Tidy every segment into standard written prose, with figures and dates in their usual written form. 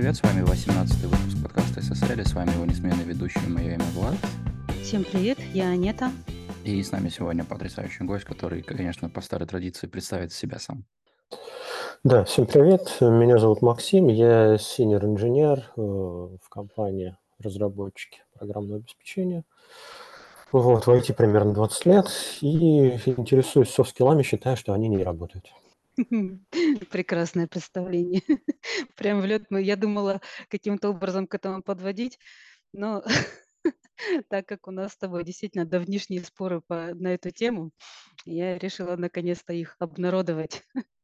привет, с вами 18-й выпуск подкаста СССР, и с вами его несменный ведущий, мое имя Влад. Всем привет, я Анета. И с нами сегодня потрясающий гость, который, конечно, по старой традиции представит себя сам. Да, всем привет. Меня зовут Максим, я senior-инженер в компании разработчики программного обеспечения. Вот, в IT примерно 20 лет и интересуюсь софт-скиллами, считаю, что они не работают. Прекрасное представление. Прям в лед. Я думала каким-то образом к этому подводить, но так как у нас с тобой действительно давнишние споры на эту тему, я решила наконец-то их обнародовать.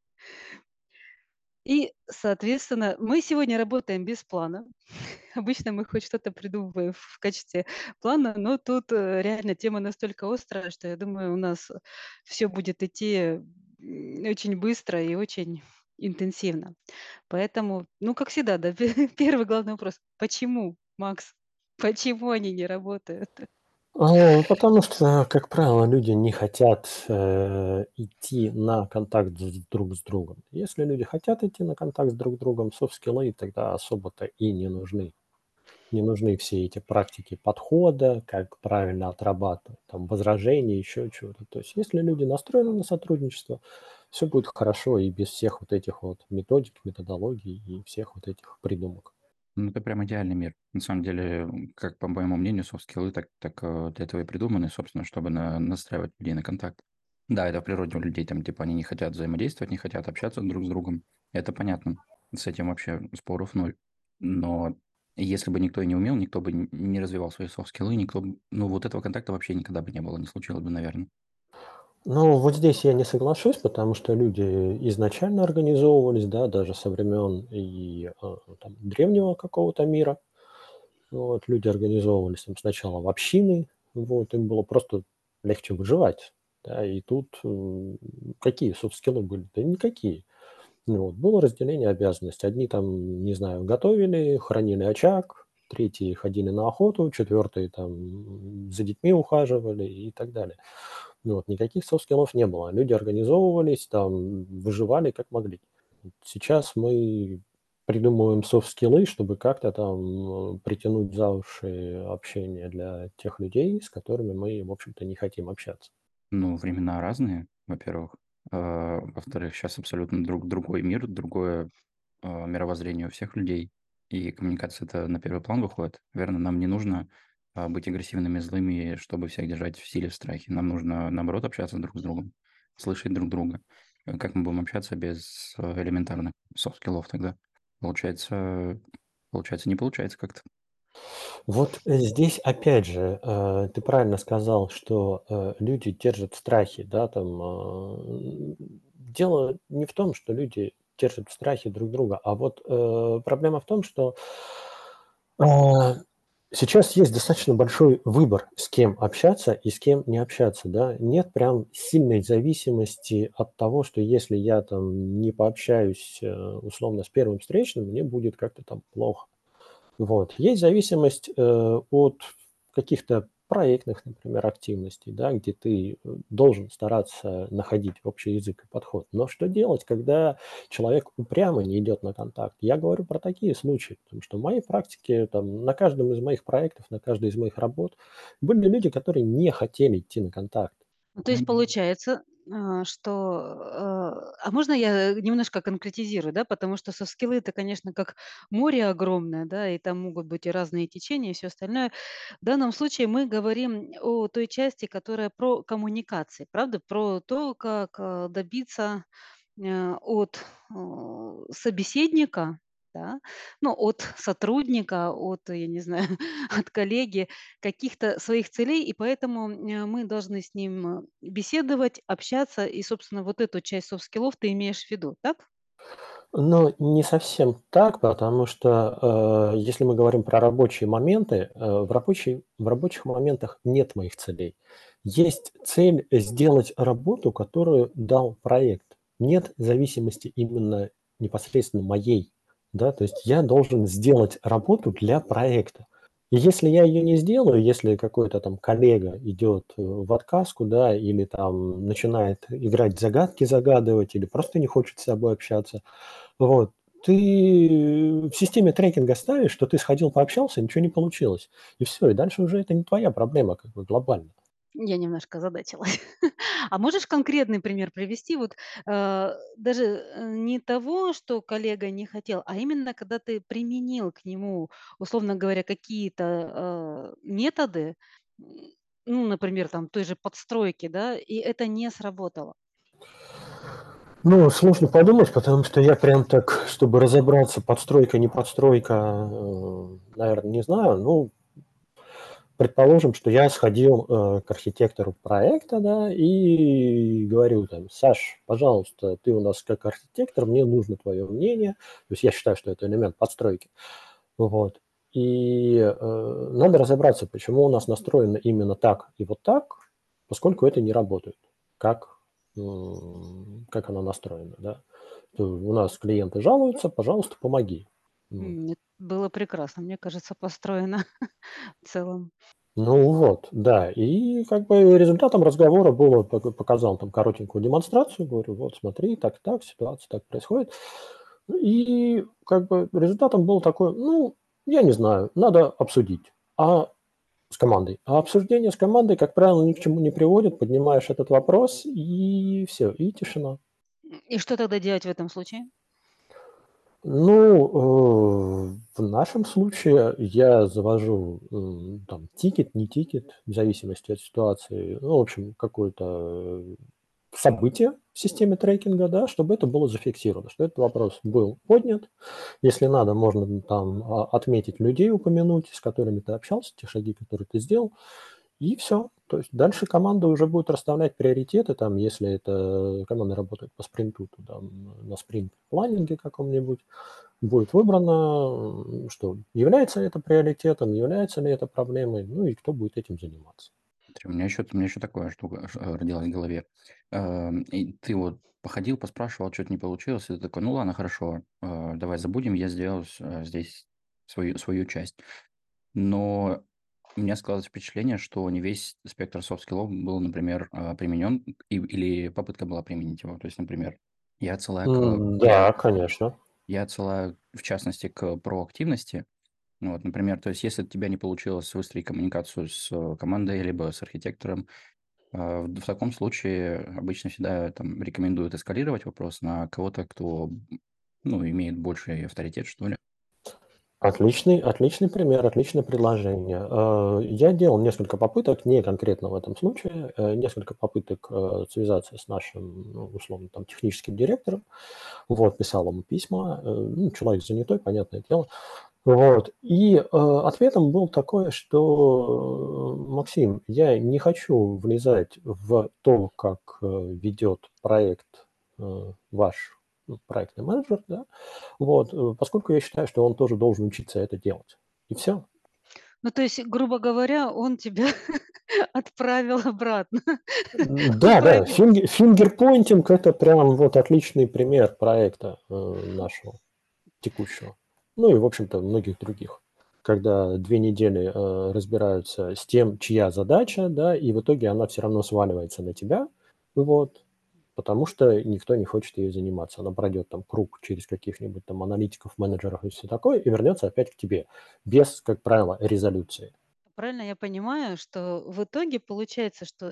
И, соответственно, мы сегодня работаем без плана. Обычно мы хоть что-то придумываем в качестве плана, но тут реально тема настолько острая, что я думаю, у нас все будет идти очень быстро и очень интенсивно. Поэтому, ну, как всегда, да, первый главный вопрос. Почему, Макс? Почему они не работают? Потому что, как правило, люди не хотят идти на контакт друг с другом. Если люди хотят идти на контакт с друг другом, софт-скиллы тогда особо-то и не нужны. Не нужны все эти практики подхода, как правильно отрабатывать, там, возражения, еще чего-то. То есть если люди настроены на сотрудничество, все будет хорошо и без всех вот этих вот методик, методологий и всех вот этих придумок. Ну, это прям идеальный мир. На самом деле, как по моему мнению, софт-скиллы так для этого и придуманы, собственно, чтобы настраивать людей на контакт. Да, это в природе у людей, там, типа, они не хотят взаимодействовать, не хотят общаться друг с другом. Это понятно. С этим вообще споров ноль. Но если бы никто и не умел, никто бы не развивал свои софт-скиллы, ну, вот этого контакта вообще никогда бы не было, не случилось бы, наверное. Ну, вот здесь я не соглашусь, потому что люди изначально организовывались, да, даже со времен и там, древнего какого-то мира. Вот, люди организовывались там сначала в общины, вот, им было просто легче выживать. Да, и тут какие софт-скиллы были? Да никакие. Ну вот, было разделение обязанностей. Одни там, не знаю, готовили, хранили очаг, третьи ходили на охоту, четвертые там за детьми ухаживали и так далее. Ну вот, никаких софт-скиллов не было. Люди организовывались, там, выживали как могли. Сейчас мы придумываем софт-скиллы, чтобы как-то там притянуть за уши общение для тех людей, с которыми мы, в общем-то, не хотим общаться. Ну, времена разные, во-первых. Во-вторых, сейчас абсолютно другой мир, другое мировоззрение у всех людей. И коммуникация это на первый план выходит. Верно, нам не нужно быть агрессивными, злыми, чтобы всех держать в силе, в страхе. Нам нужно, наоборот, общаться друг с другом, слышать друг друга. Как мы будем общаться без элементарных софт-скиллов тогда? Получается, не получается как-то. Вот здесь опять же, ты правильно сказал, что люди держат в страхе, да, там дело не в том, что люди держат в страхе друг друга, а вот проблема в том, что а, сейчас есть достаточно большой выбор, с кем общаться и с кем не общаться, да. Нет прям сильной зависимости от того, что если я там не пообщаюсь условно с первым встречным, мне будет как-то там плохо. Вот. Есть зависимость от каких-то проектных, например, активностей, да, где ты должен стараться находить общий язык и подход. Но что делать, когда человек упрямо не идет на контакт? Я говорю про такие случаи, потому что в моей практике, там, на каждом из моих проектов, на каждой из моих работ были люди, которые не хотели идти на контакт. Ну, то есть получается, что, а можно я немножко конкретизирую, да, потому что софт-скиллы это, конечно, как море огромное, да, и там могут быть и разные течения, и все остальное. В данном случае мы говорим о той части, которая про коммуникации, правда, про то, как добиться от собеседника, да, ну, от сотрудника, от, я не знаю, от коллеги каких-то своих целей, и поэтому мы должны с ним беседовать, общаться, и, собственно, вот эту часть софт-скиллов ты имеешь в виду, так? Но не совсем так, потому что, если мы говорим про рабочие моменты, в рабочих моментах нет моих целей. Есть цель сделать работу, которую дал проект. Нет зависимости именно непосредственно моей, да, то есть я должен сделать работу для проекта. И если я ее не сделаю, если какой-то там коллега идет в отказку, да, или там начинает играть в загадки, загадывать, или просто не хочет с собой общаться, вот, ты в системе трекинга ставишь, что ты сходил, пообщался, ничего не получилось. И все, и дальше уже это не твоя проблема как бы глобально. Я немножко озадачилась. А можешь конкретный пример привести? Вот даже не того, что коллега не хотел, а именно когда ты применил к нему, условно говоря, какие-то методы, м, ну, например, там той же подстройки, да, и это не сработало. Ну, сложно подумать, потому что я прям так, чтобы разобраться, подстройка, не подстройка, наверное, не знаю. Ну, предположим, что я сходил к архитектору проекта, да, и говорю там: Саш, пожалуйста, ты у нас как архитектор, мне нужно твое мнение. То есть я считаю, что это элемент подстройки. Вот. И надо разобраться, почему у нас настроено именно так и вот так, поскольку это не работает. Как оно настроено, да. То у нас клиенты жалуются, пожалуйста, помоги. Вот. Это было прекрасно, мне кажется, построено в целом. Ну вот, да. И как бы результатом разговора было, показал там коротенькую демонстрацию, говорю: вот смотри, так, ситуация так происходит. И как бы результатом был такой: ну, я не знаю, надо обсудить. С командой. А обсуждение с командой, как правило, ни к чему не приводит. Поднимаешь этот вопрос, и все, и тишина. И что тогда делать в этом случае? Ну, в нашем случае я завожу, там тикет, не тикет, в зависимости от ситуации. Ну, в общем, какое-то событие в системе трекинга, да, чтобы это было зафиксировано, что этот вопрос был поднят. Если надо, можно там отметить людей, упомянуть, с которыми ты общался, те шаги, которые ты сделал, и все. То есть дальше команда уже будет расставлять приоритеты, там, если это команда работает по спринту, то там на спринт-планинге каком-нибудь будет выбрано, что является ли это приоритетом, является ли это проблемой, ну и кто будет этим заниматься. Смотри, у меня еще такая штука родилась в голове. И ты вот походил, поспрашивал, что-то не получилось, и ты такой: ну ладно, хорошо, давай забудем, я сделал здесь свою часть. Но у меня складывается впечатление, что не весь спектр софт-скиллов был, например, применен, или попытка была применить его. То есть, например, я отсылаю к я Да, конечно. я отсылаю, в частности, к проактивности. Ну вот, например, то есть, если у тебя не получилось выстроить коммуникацию с командой либо с архитектором, в таком случае обычно всегда там рекомендуют эскалировать вопрос на кого-то, кто, ну, имеет больший авторитет, что ли. Отличный пример, отличное предложение. Я делал несколько попыток, не конкретно в этом случае, несколько попыток связаться с нашим, ну, условно, там, техническим директором. Вот, писал ему письма. Ну, человек занятой, понятное дело. Вот. И ответом был такое, что Максим, я не хочу влезать в то, как ведет проект ваш проектный менеджер, да, вот, поскольку я считаю, что он тоже должен учиться это делать. И все. Ну, то есть, грубо говоря, он тебя отправил обратно. Да, да, Отправил. фингерпоинтинг – это прям вот отличный пример проекта нашего текущего. Ну и, в общем-то, многих других. Когда 2 недели разбираются с тем, чья задача, да, и в итоге она все равно сваливается на тебя, вот, потому что никто не хочет ею заниматься. Она пройдет там круг через каких-нибудь там аналитиков, менеджеров и все такое, и вернется опять к тебе, без, как правило, резолюции. Правильно я понимаю, что в итоге получается, что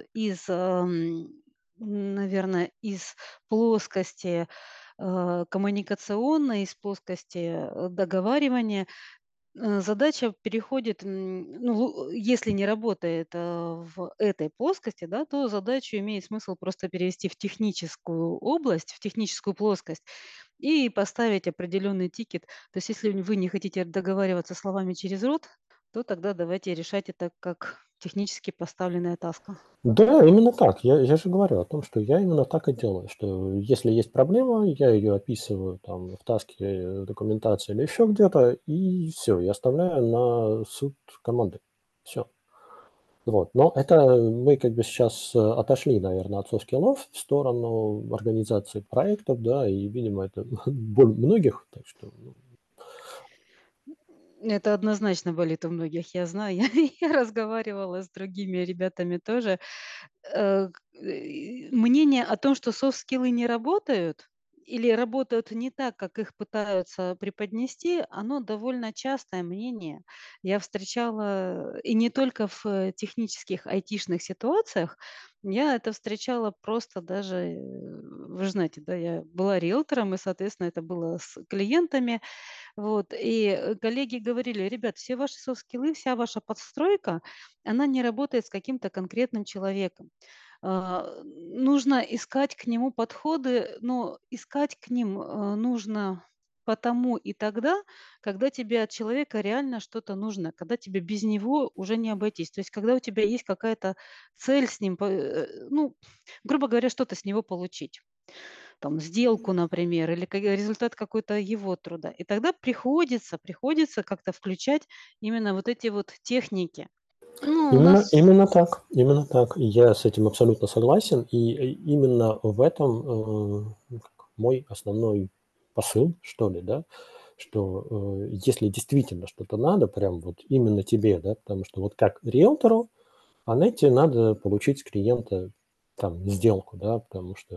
наверное, из плоскости коммуникационной, из плоскости договаривания задача переходит, ну, если не работает в этой плоскости, да, то задачу имеет смысл просто перевести в техническую область, в техническую плоскость и поставить определенный тикет. То есть, если вы не хотите договариваться словами через рот, то тогда давайте решать это как технически поставленная таска. Да, именно так. Я же говорю о том, что я именно так и делаю, что если есть проблема, я ее описываю там в таске, документации или еще где-то, и все, я оставляю на суд команды. Все. Вот. Но это мы как бы сейчас отошли, наверное, от софт-скиллов в сторону организации проектов, да, и, видимо, это боль многих, так что Это однозначно болит у многих, я знаю. Я разговаривала с другими ребятами тоже. Мнение о том, что софт-скиллы не работают, или работают не так, как их пытаются преподнести, оно довольно частое мнение. Я встречала, и не только в технических айтишных ситуациях, я это встречала просто даже, вы же знаете, да, я была риэлтором, и, соответственно, это было с клиентами. Вот, и коллеги говорили: ребят, все ваши софт-скиллы, вся ваша подстройка, она не работает с каким-то конкретным человеком. Нужно искать к нему подходы, но искать к ним нужно потому и тогда, когда тебе от человека реально что-то нужно, когда тебе без него уже не обойтись. То есть когда у тебя есть какая-то цель с ним, ну, грубо говоря, что-то с него получить. Там сделку, например, или результат какой-то его труда. И тогда приходится как-то включать именно вот эти вот техники. Ну, у Именно, нас именно так, именно так. Я с этим абсолютно согласен, и именно в этом мой основной посыл, что ли, да, что если действительно что-то надо, прям вот именно тебе, да, потому что вот как риэлтору, а Нетте надо получить с клиента там сделку, да, потому что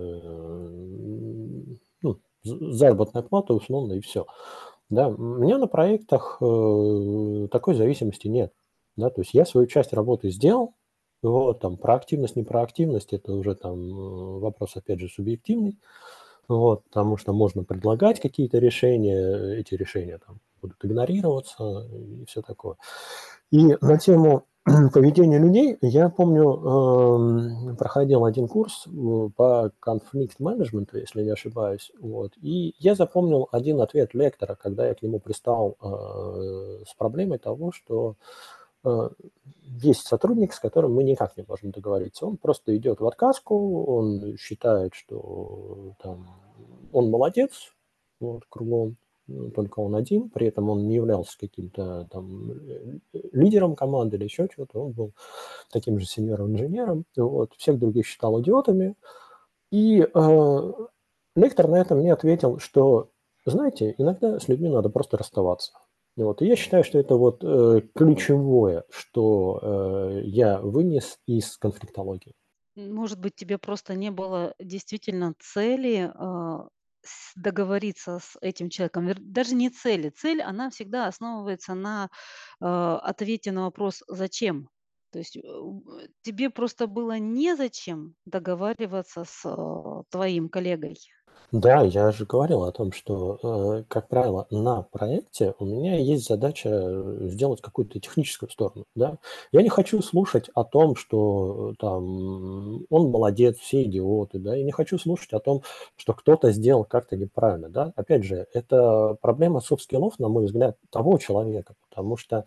ну, заработная плата условно и все. Да, у меня на проектах такой зависимости нет. Да, то есть я свою часть работы сделал, вот, там, проактивность, непроактивность, это уже там вопрос, опять же, субъективный, вот, потому что можно предлагать какие-то решения, эти решения там будут игнорироваться и все такое. И на тему поведения людей я помню, проходил один курс по конфликт-менеджменту, если не ошибаюсь, вот, и я запомнил один ответ лектора, когда я к нему пристал с проблемой того, что есть сотрудник, с которым мы никак не можем договориться. Он просто идет в отказку, он считает, что там, он молодец, вот, кругом, только он один, при этом он не являлся каким-то там лидером команды или еще чего-то, он был таким же сеньором-инженером, вот, всех других считал идиотами. И лектор на это мне ответил, что, знаете, иногда с людьми надо просто расставаться. Вот. И я считаю, что это вот ключевое, что я вынес из конфликтологии. может быть, тебе просто не было действительно цели, договориться с этим человеком. Даже не цели. Цель, она всегда основывается на, ответе на вопрос «зачем?». То есть, тебе просто было незачем договариваться с, твоим коллегой. Да, я же говорил о том, что, как правило, на проекте у меня есть задача сделать какую-то техническую сторону, да. Я не хочу слушать о том, что там он молодец, все идиоты, да. Я не хочу слушать о том, что кто-то сделал как-то неправильно, да. Опять же, это проблема софт-скиллов, на мой взгляд, того человека, потому что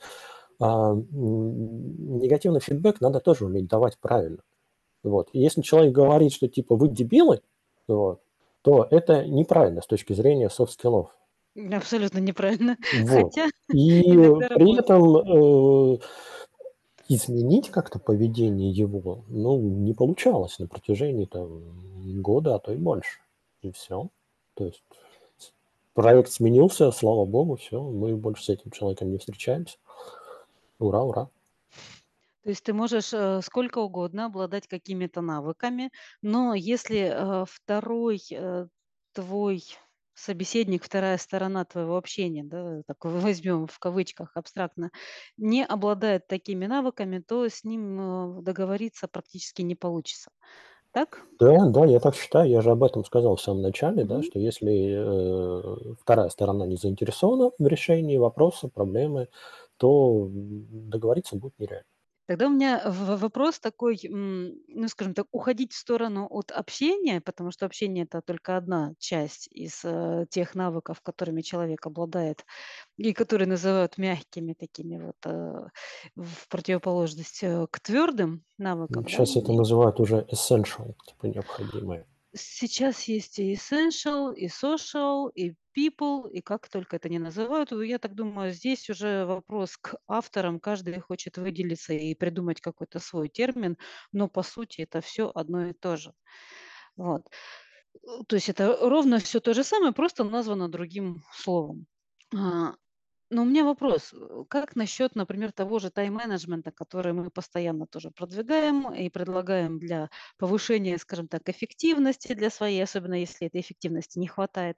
негативный фидбэк надо тоже уметь давать правильно. Вот. И если человек говорит, что типа вы дебилы, вот, то это неправильно с точки зрения софт-скиллов. Абсолютно неправильно. Вот. Хотя И иногда при работает. этом изменить как-то поведение его, ну, не получалось на протяжении там года, а то и больше. И все. То есть проект сменился, слава богу, все, мы больше с этим человеком не встречаемся. Ура, ура. То есть ты можешь, сколько угодно обладать какими-то навыками, но если, второй, твой собеседник, вторая сторона твоего общения, да, так возьмем в кавычках абстрактно, не обладает такими навыками, то с ним, договориться практически не получится. Так? Да, да, я так считаю. Я же об этом сказал в самом начале, да, Мгм. что если вторая сторона не заинтересована в решении вопроса, проблемы, то договориться будет нереально. Тогда у меня вопрос такой, ну, скажем так, уходить в сторону от общения, потому что общение — это только одна часть из, тех навыков, которыми человек обладает, и которые называют мягкими такими вот, в противоположность, к твердым навыкам, да. Сейчас это называют уже essential, типа необходимое. Сейчас есть и essential, и social, и people, и как только это не называют. Я так думаю, здесь уже вопрос к авторам. Каждый хочет выделиться и придумать какой-то свой термин, но по сути это все одно и то же. Вот. То есть это ровно все то же самое, просто названо другим словом. А, Но у меня вопрос, как насчет, например, того же тайм-менеджмента, который мы постоянно тоже продвигаем и предлагаем для повышения, скажем так, эффективности для своей, особенно если этой эффективности не хватает,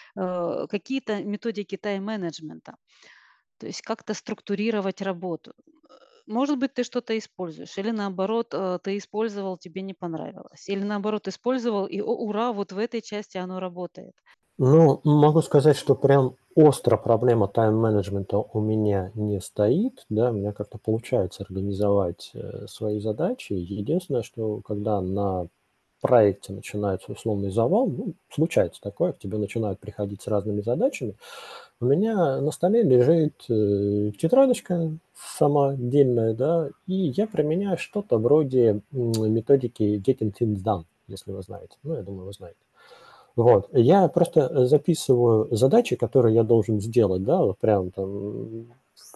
какие-то методики тайм-менеджмента, то есть как-то структурировать работу. Может быть, ты что-то используешь, или наоборот, ты использовал, тебе не понравилось, или наоборот, использовал, и о, ура, вот в этой части оно работает. Ну, могу сказать, что прям остро проблема тайм-менеджмента у меня не стоит, да, у меня как-то получается организовать свои задачи. Единственное, что когда на проекте начинается условный завал, ну, случается такое, к тебе начинают приходить с разными задачами, у меня на столе лежит тетрадочка сама отдельная, да, и я применяю что-то вроде методики Getting Things Done, если вы знаете. Ну, я думаю, вы знаете. Вот. Я просто записываю задачи, которые я должен сделать, да, вот прям там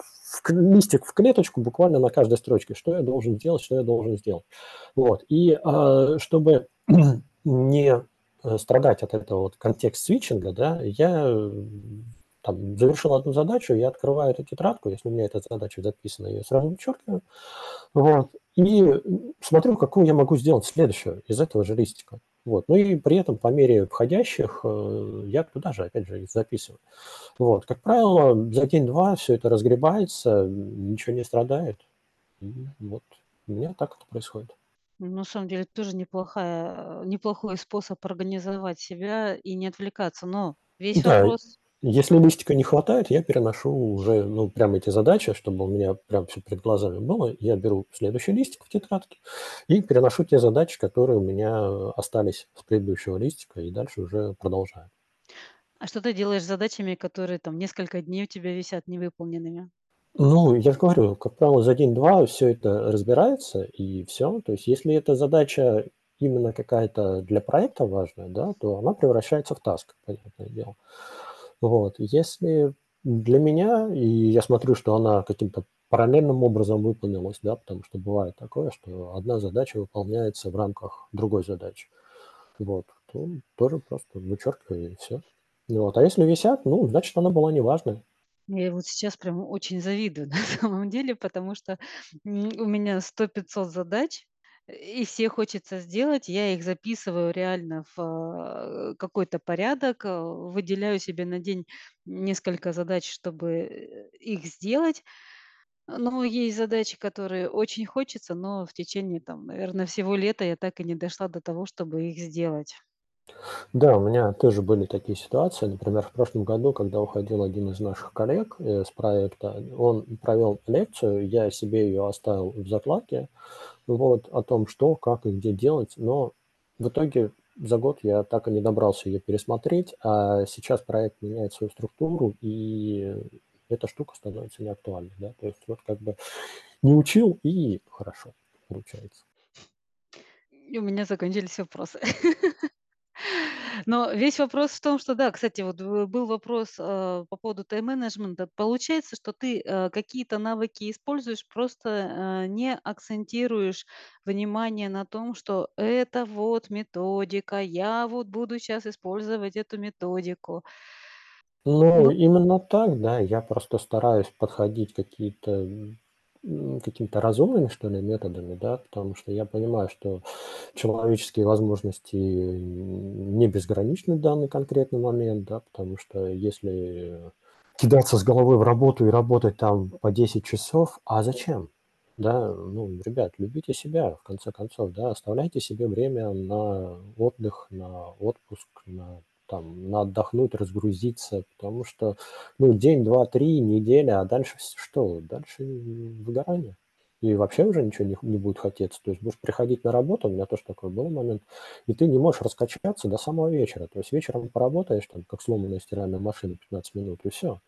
листик в клеточку буквально на каждой строчке, что я должен сделать, что я должен сделать. Вот. И чтобы не страдать от этого вот контекст-свитчинга, да, я там завершил одну задачу, я открываю эту тетрадку, если у меня эта задача записана, я ее сразу вычеркиваю, вот, и смотрю, какую я могу сделать следующую из этого же листика. Вот. Ну и при этом по мере входящих я туда же, опять же, их записываю. Вот. Как правило, за день-два все это разгребается, ничего не страдает. И вот у меня так это происходит. На самом деле тоже неплохой способ организовать себя и не отвлекаться. Но весь Да, вопрос, если листика не хватает, я переношу уже, ну, прям эти задачи, чтобы у меня прям все перед глазами было. Я беру следующий листик в тетрадке и переношу те задачи, которые у меня остались с предыдущего листика, и дальше уже продолжаю. а что ты делаешь с задачами, которые там несколько дней у тебя висят невыполненными? Ну, я же говорю, как правило, за день-два все это разбирается, и все. То есть если эта задача именно какая-то для проекта важная, да, то она превращается в таск, понятное дело. Вот. Если для меня, и я смотрю, что она каким-то параллельным образом выполнилась, да, потому что бывает такое, что одна задача выполняется в рамках другой задачи, вот, то тоже просто вычеркиваю и все. Вот. А если висят, ну, значит, она была неважная. Я вот сейчас прям очень завидую на самом деле, потому что у меня 100-500 задач, и все хочется сделать. Я их записываю реально в какой-то порядок, выделяю себе на день несколько задач, чтобы их сделать. Но есть задачи, которые очень хочется, но в течение, там, наверное, всего лета я так и не дошла до того, чтобы их сделать. Да, у меня тоже были такие ситуации. Например, в прошлом году, когда уходил один из наших коллег с проекта, он провел лекцию, я себе ее оставил в закладке, вот, о том, что, как и где делать, но в итоге за год я так и не добрался ее пересмотреть, а сейчас проект меняет свою структуру, и эта штука становится неактуальной, да, то есть вот как бы не учил, и хорошо получается. И у меня закончились вопросы. Но весь вопрос в том, что да, кстати, вот был вопрос по поводу тайм-менеджмента. Получается, что ты какие-то навыки используешь, просто не акцентируешь внимание на том, что это вот методика, я вот буду сейчас использовать эту методику. Ну, Ну, именно так, да. Я просто стараюсь подходить какими-то разумными, что ли, методами, да, потому что я понимаю, что человеческие возможности не безграничны в данный конкретный момент, да, потому что если кидаться с головой в работу и работать там по 10 часов, а зачем? Да, ну, ребят, любите себя, в конце концов, да, оставляйте себе время на отдых, на отпуск, на отдохнуть, разгрузиться, потому что, ну, день, два, три, неделя, а дальше что? Дальше выгорание. И вообще уже ничего не будет хотеться. То есть будешь приходить на работу, у меня тоже такой был момент, и ты не можешь раскачаться до самого вечера. То есть вечером поработаешь, там, как сломанная стиральная машина, 15 минут, и все.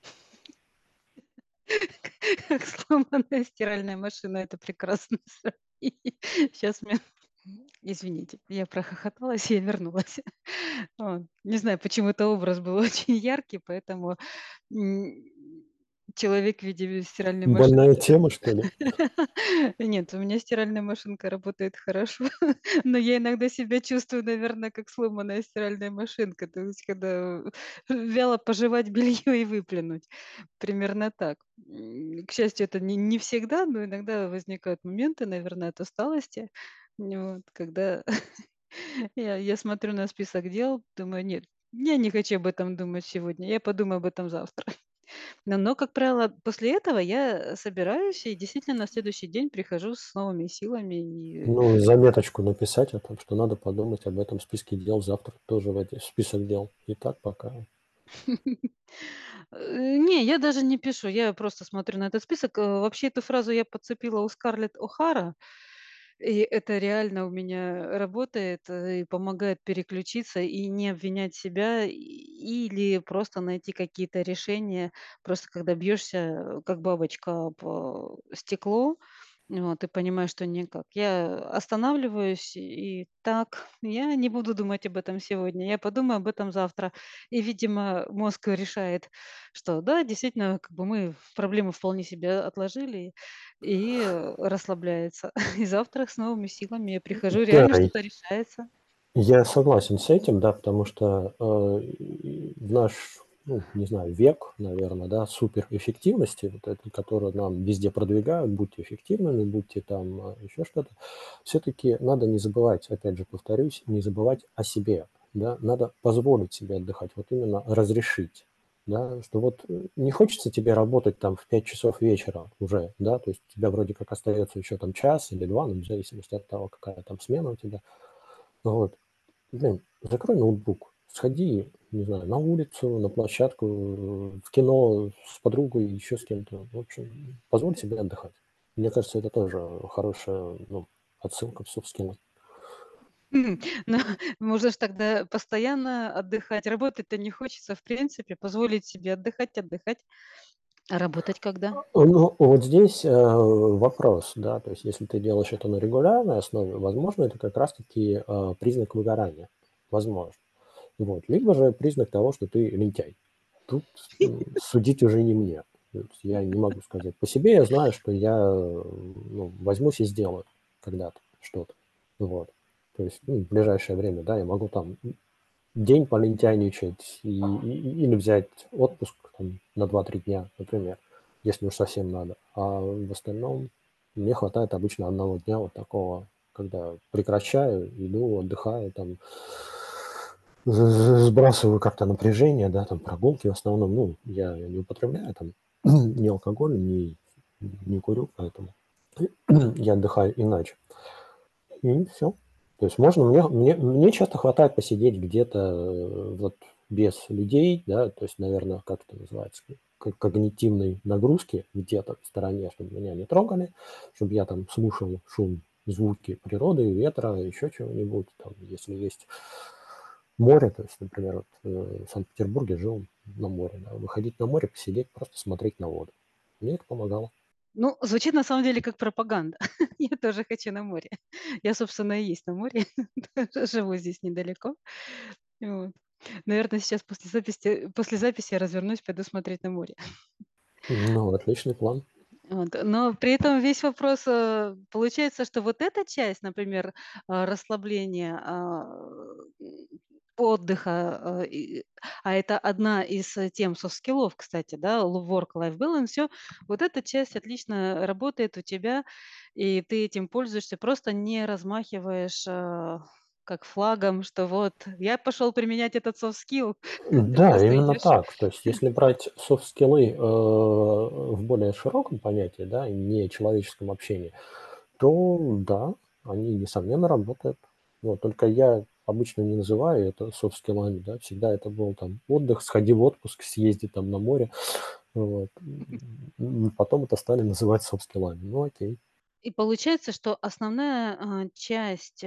как сломанная стиральная машина, это прекрасно. Сейчас мне... Извините, я прохохоталась, и я вернулась. Вот. Не знаю, почему-то образ был очень яркий, поэтому м, человек в виде стиральной Больная машинки. тема, что ли? Нет, у меня стиральная машинка работает хорошо, но я иногда себя чувствую, наверное, как сломанная стиральная машинка. То есть, когда вяло пожевать белье и выплюнуть. Примерно так. К счастью, это не всегда, но иногда возникают моменты, наверное, от усталости, вот, когда я смотрю на список дел, думаю: "Нет, я не хочу об этом думать сегодня, я подумаю об этом завтра". Но, как правило, после этого я собираюсь и действительно на следующий день прихожу с новыми силами и Ну, заметочку написать о том, что надо подумать об этом списке дел завтра, тоже в список дел. И так пока. Не, я даже не пишу, я просто смотрю на этот список. Вообще эту фразу я подцепила у Скарлетт О'Хара, и это реально у меня работает, и помогает переключиться и не обвинять себя, или просто найти какие-то решения. Просто когда бьешься, как бабочка об, стекло, вот, и понимаешь, что никак. Я останавливаюсь и так, я не буду думать об этом сегодня, я подумаю об этом завтра. И, видимо, мозг решает, что да, действительно, как бы мы проблему вполне себе отложили и расслабляется. И завтра с новыми силами я прихожу, Да, реально что-то решается. я согласен с этим, да, потому что в наш, ну, не знаю, век, наверное, да, суперэффективности, вот этой, которую нам везде продвигают, будьте эффективными, будьте там еще что-то, все-таки надо не забывать, опять же повторюсь, не забывать о себе, да, надо позволить себе отдыхать, вот именно разрешить, да, что вот не хочется тебе работать там в 5 часов вечера уже, да, то есть у тебя вроде как остается еще там час или два, ну, в зависимости от того, какая там смена у тебя, вот. Блин, закрой ноутбук, сходи, не знаю, на улицу, на площадку, в кино с подругой, еще с кем-то. В общем, позволь себе отдыхать. Мне кажется, это тоже хорошая, ну, отсылка в софт-скиллы. Ну, можно ж тогда постоянно отдыхать. Работать-то не хочется, в принципе, позволить себе отдыхать. А работать когда? Ну, вот здесь вопрос, да, то есть если ты делаешь это на регулярной основе, возможно, это как раз-таки признак выгорания, возможно. Вот. Либо же признак того, что ты лентяй. Тут судить уже не мне. То есть я не могу сказать. По себе я знаю, что я ну, возьмусь и сделаю когда-то что-то. Вот. То есть ну, в ближайшее время, да, я могу там день полентяйничать или взять отпуск там, на 2-3 дня, например, если уж совсем надо. А в остальном мне хватает обычно одного дня вот такого, когда прекращаю, иду, отдыхаю, там, сбрасываю как-то напряжение, да, там прогулки в основном, ну, я не употребляю там ни алкоголь, не курю, поэтому я отдыхаю иначе. И все. То есть можно, мне часто хватает посидеть где-то вот без людей, да, то есть, наверное, как это называется, когнитивной нагрузки где-то в стороне, чтобы меня не трогали, чтобы я там слушал шум, звуки природы, ветра, еще чего-нибудь, там, если есть море, то есть, например, вот, в Санкт-Петербурге жил на море, да, выходить на море, посидеть, просто смотреть на воду. Мне это помогало. Ну, звучит на самом деле как пропаганда. Я тоже хочу на море. Я, собственно, и есть на море. Тоже живу здесь недалеко. Вот. Наверное, сейчас после записи я развернусь, пойду смотреть на море. Ну, отличный план. Вот. Но при этом весь вопрос, получается, что вот эта часть, например, расслабления, отдыха, а это одна из тем софт-скиллов, кстати, да, work-life balance, всё, вот эта часть отлично работает у тебя, и ты этим пользуешься, просто не размахиваешь, как флагом, что вот я пошел применять этот софт-скилл, ты Да, просто именно идешь. так. То есть если брать софт-скиллы в более широком понятии, да, и не человеческом общении, то да, они, несомненно, работают. Вот, только я обычно не называю это софт-скиллами, да, всегда это был там отдых, сходи в отпуск, съезди там на море, вот. Потом это стали называть софт-скиллами. Ну, окей. И получается, что основная, часть,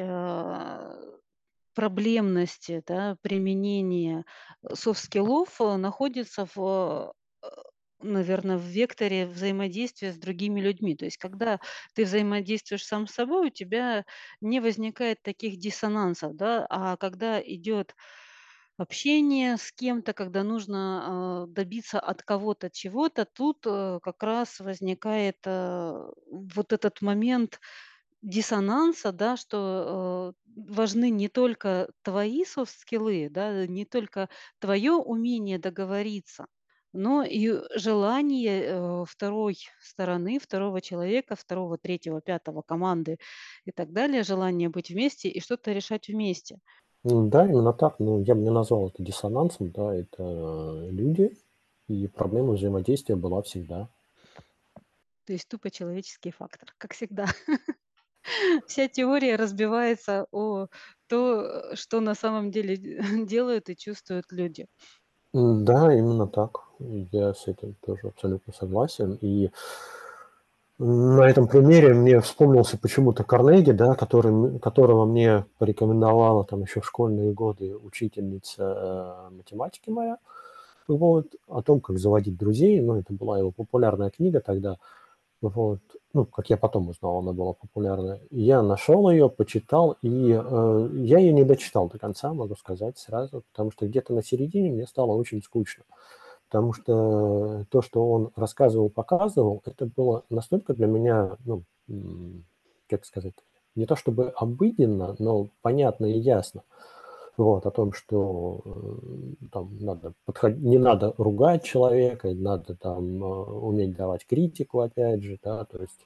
проблемности, да, применения софт-скиллов, находится наверно, в векторе взаимодействия с другими людьми. То есть когда ты взаимодействуешь сам с собой, у тебя не возникает таких диссонансов, да. А когда идет общение с кем-то, когда нужно добиться от кого-то чего-то, тут как раз возникает вот этот момент диссонанса, да, что важны не только твои софт-скиллы, да, не только твое умение договориться, но и желание второй стороны, второго человека, второго, третьего, пятого, команды и так далее, желание быть вместе и что-то решать вместе. Да, именно так. Ну, я бы не назвал это диссонансом, да, это люди, и проблема взаимодействия была всегда. То есть тупо человеческий фактор, как всегда. Вся теория разбивается о то, что на самом деле делают и чувствуют люди. Да, именно так. Я с этим тоже абсолютно согласен. И на этом примере мне вспомнился почему-то Карнеги, да, которого мне порекомендовала там еще в школьные годы учительница математики моя. Вот, о том, как заводить друзей. Ну, это была его популярная книга тогда. Вот. Ну, как я потом узнал, она была популярная. Я нашел ее, почитал, и я ее не дочитал до конца, могу сказать сразу, потому что где-то на середине мне стало очень скучно. Потому что то, что он рассказывал, показывал, это было настолько для меня, ну, как сказать, не то чтобы обыденно, но понятно и ясно. Вот, о том, что там не надо ругать человека, надо там уметь давать критику, опять же, да, то есть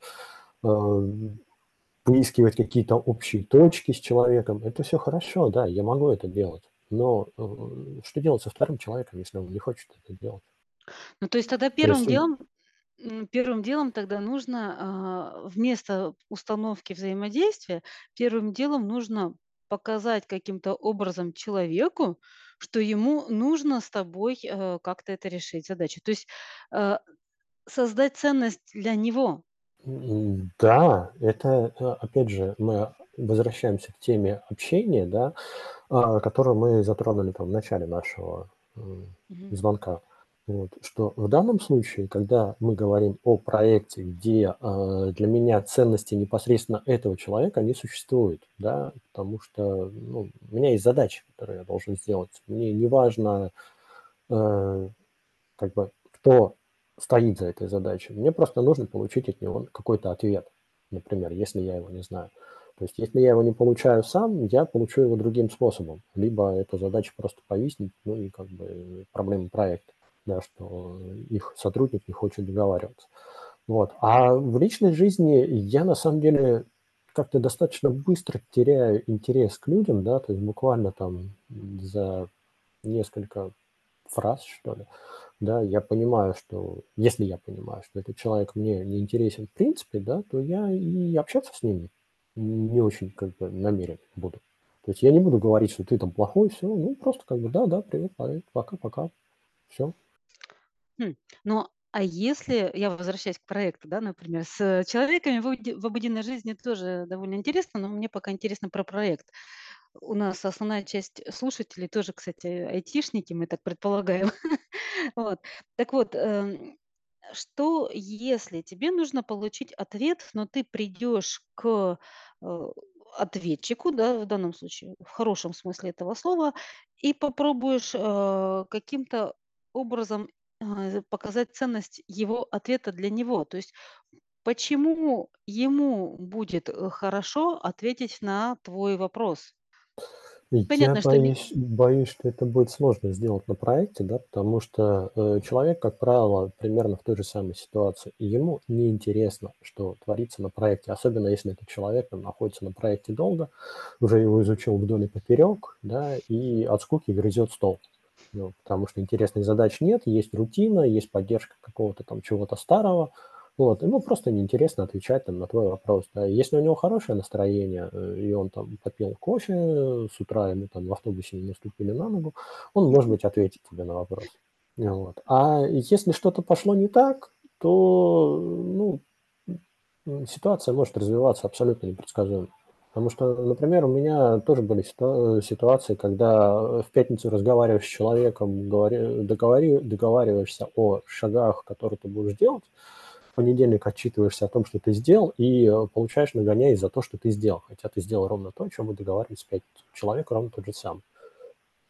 выискивать какие-то общие точки с человеком. Это все хорошо, да, я могу это делать. Но что делать со вторым человеком, если он не хочет это делать? Ну, то есть тогда То есть, первым делом тогда нужно, вместо установки взаимодействия, первым делом нужно показать каким-то образом человеку, что ему нужно с тобой, как-то это решить, задачу. То есть, э, создать ценность для него. да, это, опять же, мы возвращаемся к теме общения, да, которую мы затронули там в начале нашего Мгм. звонка. Вот, что в данном случае, когда мы говорим о проекте, где для меня ценности непосредственно этого человека не существует, да, потому что ну, у меня есть задачи, которые я должен сделать. Мне не важно, как бы, кто стоит за этой задачей. Мне просто нужно получить от него какой-то ответ, например, если я его не знаю. То есть, если я его не получаю сам, я получу его другим способом. Либо эта задача просто повиснет, ну и как бы проблема проекта, да, что их сотрудник не хочет договариваться. Вот. А в личной жизни я на самом деле как-то достаточно быстро теряю интерес к людям, да, то есть буквально там за несколько фраз, что ли, да, я понимаю, что если я понимаю, что этот человек мне не интересен в принципе, да, то я и общаться с ним не очень как бы намерен буду. То есть я не буду говорить, что ты там плохой, все, ну просто как бы да, привет, пока, все. Хм. Ну, а если я возвращаюсь к проекту, да, например, с человеками в обыденной жизни тоже довольно интересно, но мне пока интересно про проект. У нас основная часть слушателей тоже, кстати, айтишники, мы так предполагаем. Вот. Так вот, что если тебе нужно получить ответ, но ты придешь к э, ответчику, да, в данном случае, в хорошем смысле этого слова, и попробуешь каким-то образом показать ценность его ответа для него. То есть почему ему будет хорошо ответить на твой вопрос? Я Понятно, что не... боюсь, что это будет сложно сделать на проекте, да, потому что человек, как правило, примерно в той же самой ситуации, и ему неинтересно, что творится на проекте, особенно если этот человек там, находится на проекте долго, уже его изучил вдоль и поперек, да, и от скуки грызет стол. Ну, потому что интересных задач нет, есть рутина, есть поддержка какого-то там чего-то старого, вот, ему просто неинтересно отвечать там на твой вопрос, да. Если у него хорошее настроение, и он там попил кофе с утра, ему там в автобусе не наступили на ногу, он, может быть, ответит тебе на вопрос. Вот. А если что-то пошло не так, то, ну, ситуация может развиваться абсолютно непредсказуемо. Потому что, например, у меня тоже были ситуации, когда в пятницу разговариваешь с человеком, договариваешься о шагах, которые ты будешь делать, в понедельник отчитываешься о том, что ты сделал, и получаешь нагоняй за то, что ты сделал. Хотя ты сделал ровно то, о чем мы договаривались в пятницу. Человек ровно тот же самый.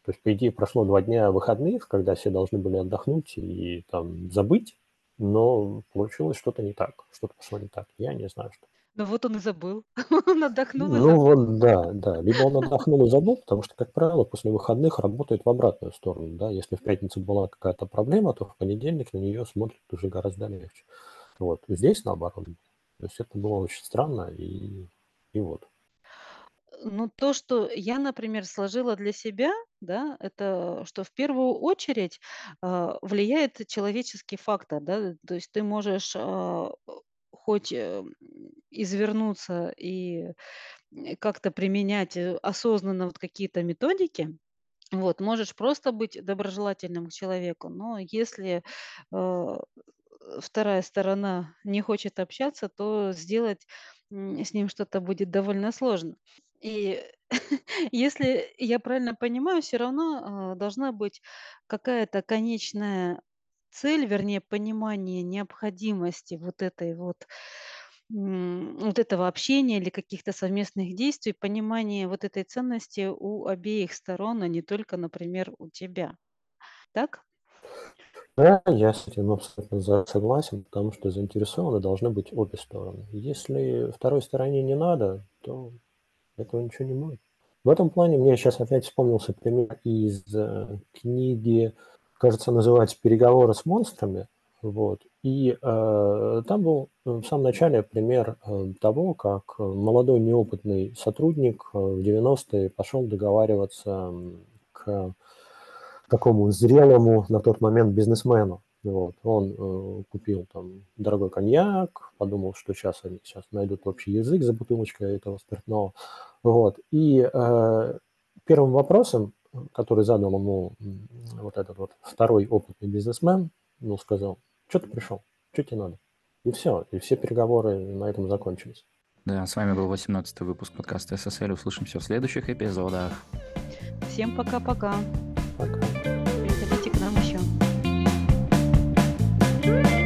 То есть, по идее, прошло 2 дня выходных, когда все должны были отдохнуть и там забыть, но получилось что-то не так, что-то пошло не так. Я не знаю, что. Ну вот он и забыл. Он отдохнул и Ну забыл. вот, да. Либо он отдохнул и забыл, потому что, как правило, после выходных работает в обратную сторону, да. Если в пятницу была какая-то проблема, то в понедельник на нее смотрит уже гораздо легче. Вот. Здесь наоборот. То есть это было очень странно, и вот. Ну, то, что я, например, сложила для себя, да, это что в первую очередь влияет человеческий фактор, да, то есть ты можешь хоть извернуться и как-то применять осознанно вот какие-то методики, вот, можешь просто быть доброжелательным к человеку, но если э, вторая сторона не хочет общаться, то сделать с ним что-то будет довольно сложно. И если я правильно понимаю, все равно должна быть какая-то конечная цель, вернее, понимание необходимости вот этого общения или каких-то совместных действий, понимание вот этой ценности у обеих сторон, а не только, например, у тебя. Так? Да, я с этим абсолютно согласен, потому что заинтересованы должны быть обе стороны. Если второй стороне не надо, то этого ничего не будет. В этом плане мне сейчас опять вспомнился пример из книги, кажется, называется «Переговоры с монстрами». Вот. И там был в самом начале пример того, как молодой неопытный сотрудник в 90-е пошел договариваться к такому зрелому на тот момент бизнесмену. Вот. Он купил там дорогой коньяк, подумал, что сейчас они найдут общий язык за бутылочкой этого спиртного. Вот. И первым вопросом, который задал ему вот этот вот второй опытный бизнесмен, ну, сказал: что ты пришел, что тебе надо? И все переговоры на этом закончились. Да, с вами был 18-й выпуск подкаста SSL. Услышимся в следующих эпизодах. Всем пока-пока. Пока. Приходите к нам еще.